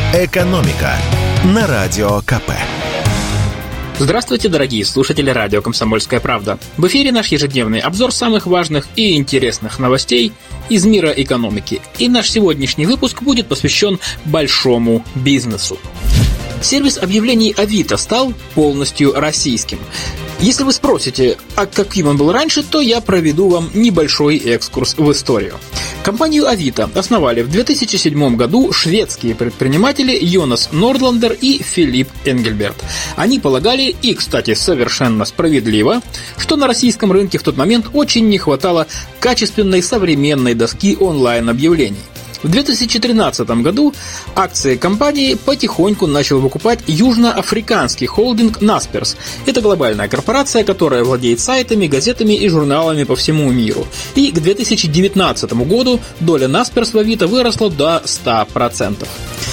«Экономика» на Радио КП. Здравствуйте, дорогие слушатели радио «Комсомольская правда». В эфире наш ежедневный обзор самых важных и интересных новостей из мира экономики. И наш сегодняшний выпуск будет посвящен большому бизнесу. Сервис объявлений Авито стал полностью российским. Если вы спросите, а каким он был раньше, то я проведу вам небольшой экскурс в историю. Компанию Авито основали в 2007 году шведские предприниматели Йонас Нордландер и Филипп Энгельберт. Они полагали, и, кстати, совершенно справедливо, что на российском рынке в тот момент очень не хватало качественной современной доски онлайн-объявлений. В 2013 году акции компании потихоньку начал выкупать южноафриканский холдинг Naspers. Это глобальная корпорация, которая владеет сайтами, газетами и журналами по всему миру. И к 2019 году доля Naspers в Авито выросла до 100%.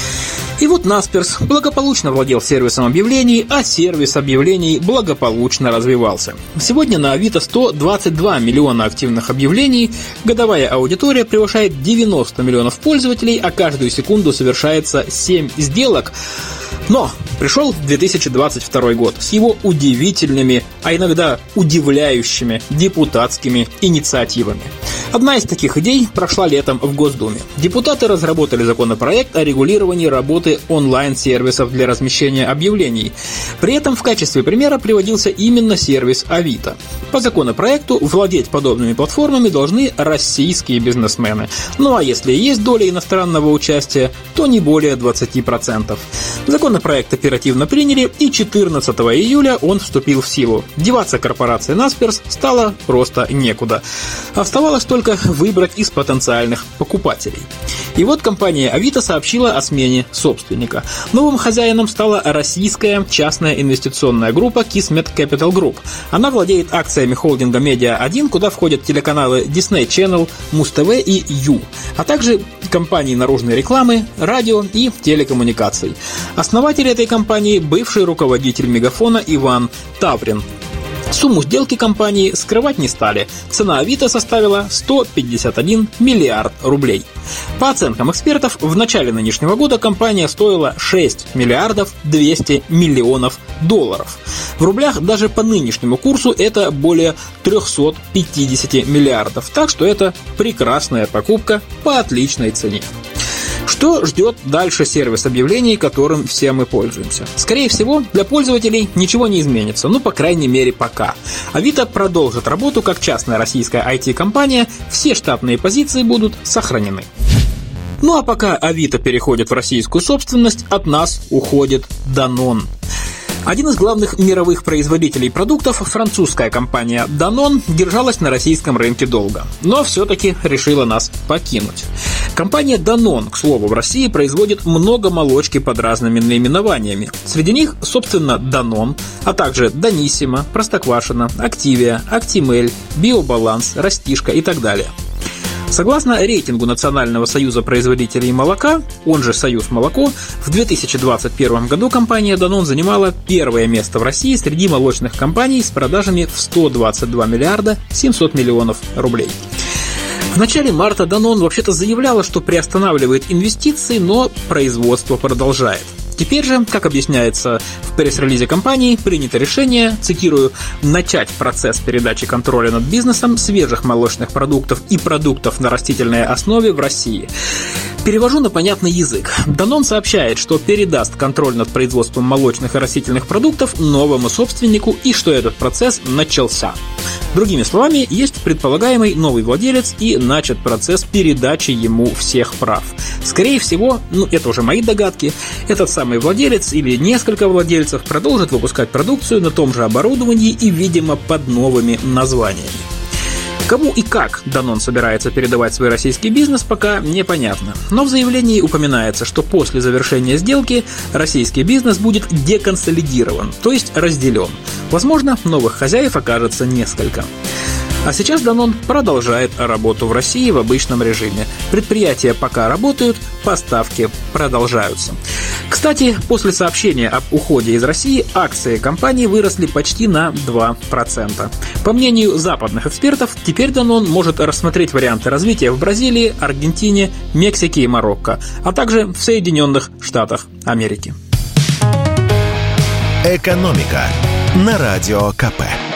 И вот Naspers благополучно владел сервисом объявлений, а сервис объявлений благополучно развивался. Сегодня на Авито 122 миллиона активных объявлений, годовая аудитория превышает 90 миллионов пользователей, а каждую секунду совершается 7 сделок. Но пришел 2022 год с его удивительными, а иногда удивляющими депутатскими инициативами. Одна из таких идей прошла летом в Госдуме. Депутаты разработали законопроект о регулировании работы онлайн-сервисов для размещения объявлений. При этом в качестве примера приводился именно сервис Авито. По законопроекту владеть подобными платформами должны российские бизнесмены. Ну а если есть доля иностранного участия, то не более 20%. Законопроект оперативно приняли, и 14 июля он вступил в силу. Деваться корпорации Naspers стало просто некуда. Оставалось только выбрать из потенциальных покупателей. И вот компания Авито сообщила о смене собственника. Новым хозяином стала российская частная инвестиционная группа Kismet Capital Group. Она владеет акциями холдинга Медиа-1, куда входят телеканалы Disney Channel, Муз-ТВ и Ю, а также компании наружной рекламы, радио и телекоммуникаций. Основатель этой компании – бывший руководитель Мегафона Иван Таврин. Сумму сделки компании скрывать не стали. Цена Авито составила 151 миллиард рублей. По оценкам экспертов, в начале нынешнего года компания стоила 6 миллиардов 200 миллионов долларов. В рублях даже по нынешнему курсу это более 350 миллиардов. Так что это прекрасная покупка по отличной цене. Что ждет дальше сервис объявлений, которым все мы пользуемся? Скорее всего, для пользователей ничего не изменится, по крайней мере пока. Авито продолжит работу как частная российская IT-компания, все штатные позиции будут сохранены. Ну а пока Авито переходит в российскую собственность, от нас уходит Danone. Один из главных мировых производителей продуктов, французская компания Danone, держалась на российском рынке долго, но все-таки решила нас покинуть. Компания Danone, к слову, в России производит много молочки под разными наименованиями. Среди них, собственно, Danone, а также Даниссимо, Простоквашино, Активия, Актимель, Биобаланс, Растишка и так далее. Согласно рейтингу Национального союза производителей молока, он же Союз молоко, в 2021 году компания Danone занимала первое место в России среди молочных компаний с продажами в 122 миллиарда 700 миллионов рублей. В начале марта Danone вообще-то заявляла, что приостанавливает инвестиции, но производство продолжает. Теперь же, как объясняется в пресс-релизе компании, принято решение, цитирую, «начать процесс передачи контроля над бизнесом свежих молочных продуктов и продуктов на растительной основе в России». Перевожу на понятный язык. Danone сообщает, что передаст контроль над производством молочных и растительных продуктов новому собственнику и что этот процесс начался. Другими словами, есть предполагаемый новый владелец и начат процесс передачи ему всех прав. Скорее всего, это уже мои догадки, этот самый владелец или несколько владельцев продолжат выпускать продукцию на том же оборудовании и, видимо, под новыми названиями. Кому и как Danone собирается передавать свой российский бизнес, пока непонятно. Но в заявлении упоминается, что после завершения сделки российский бизнес будет деконсолидирован, то есть разделен. Возможно, новых хозяев окажется несколько. А сейчас Danone продолжает работу в России в обычном режиме. Предприятия пока работают, поставки продолжаются. Кстати, после сообщения об уходе из России акции компании выросли почти на 2%. По мнению западных экспертов, теперь Danone может рассмотреть варианты развития в Бразилии, Аргентине, Мексике и Марокко, а также в Соединенных Штатах Америки. «Экономика» на Радио КП.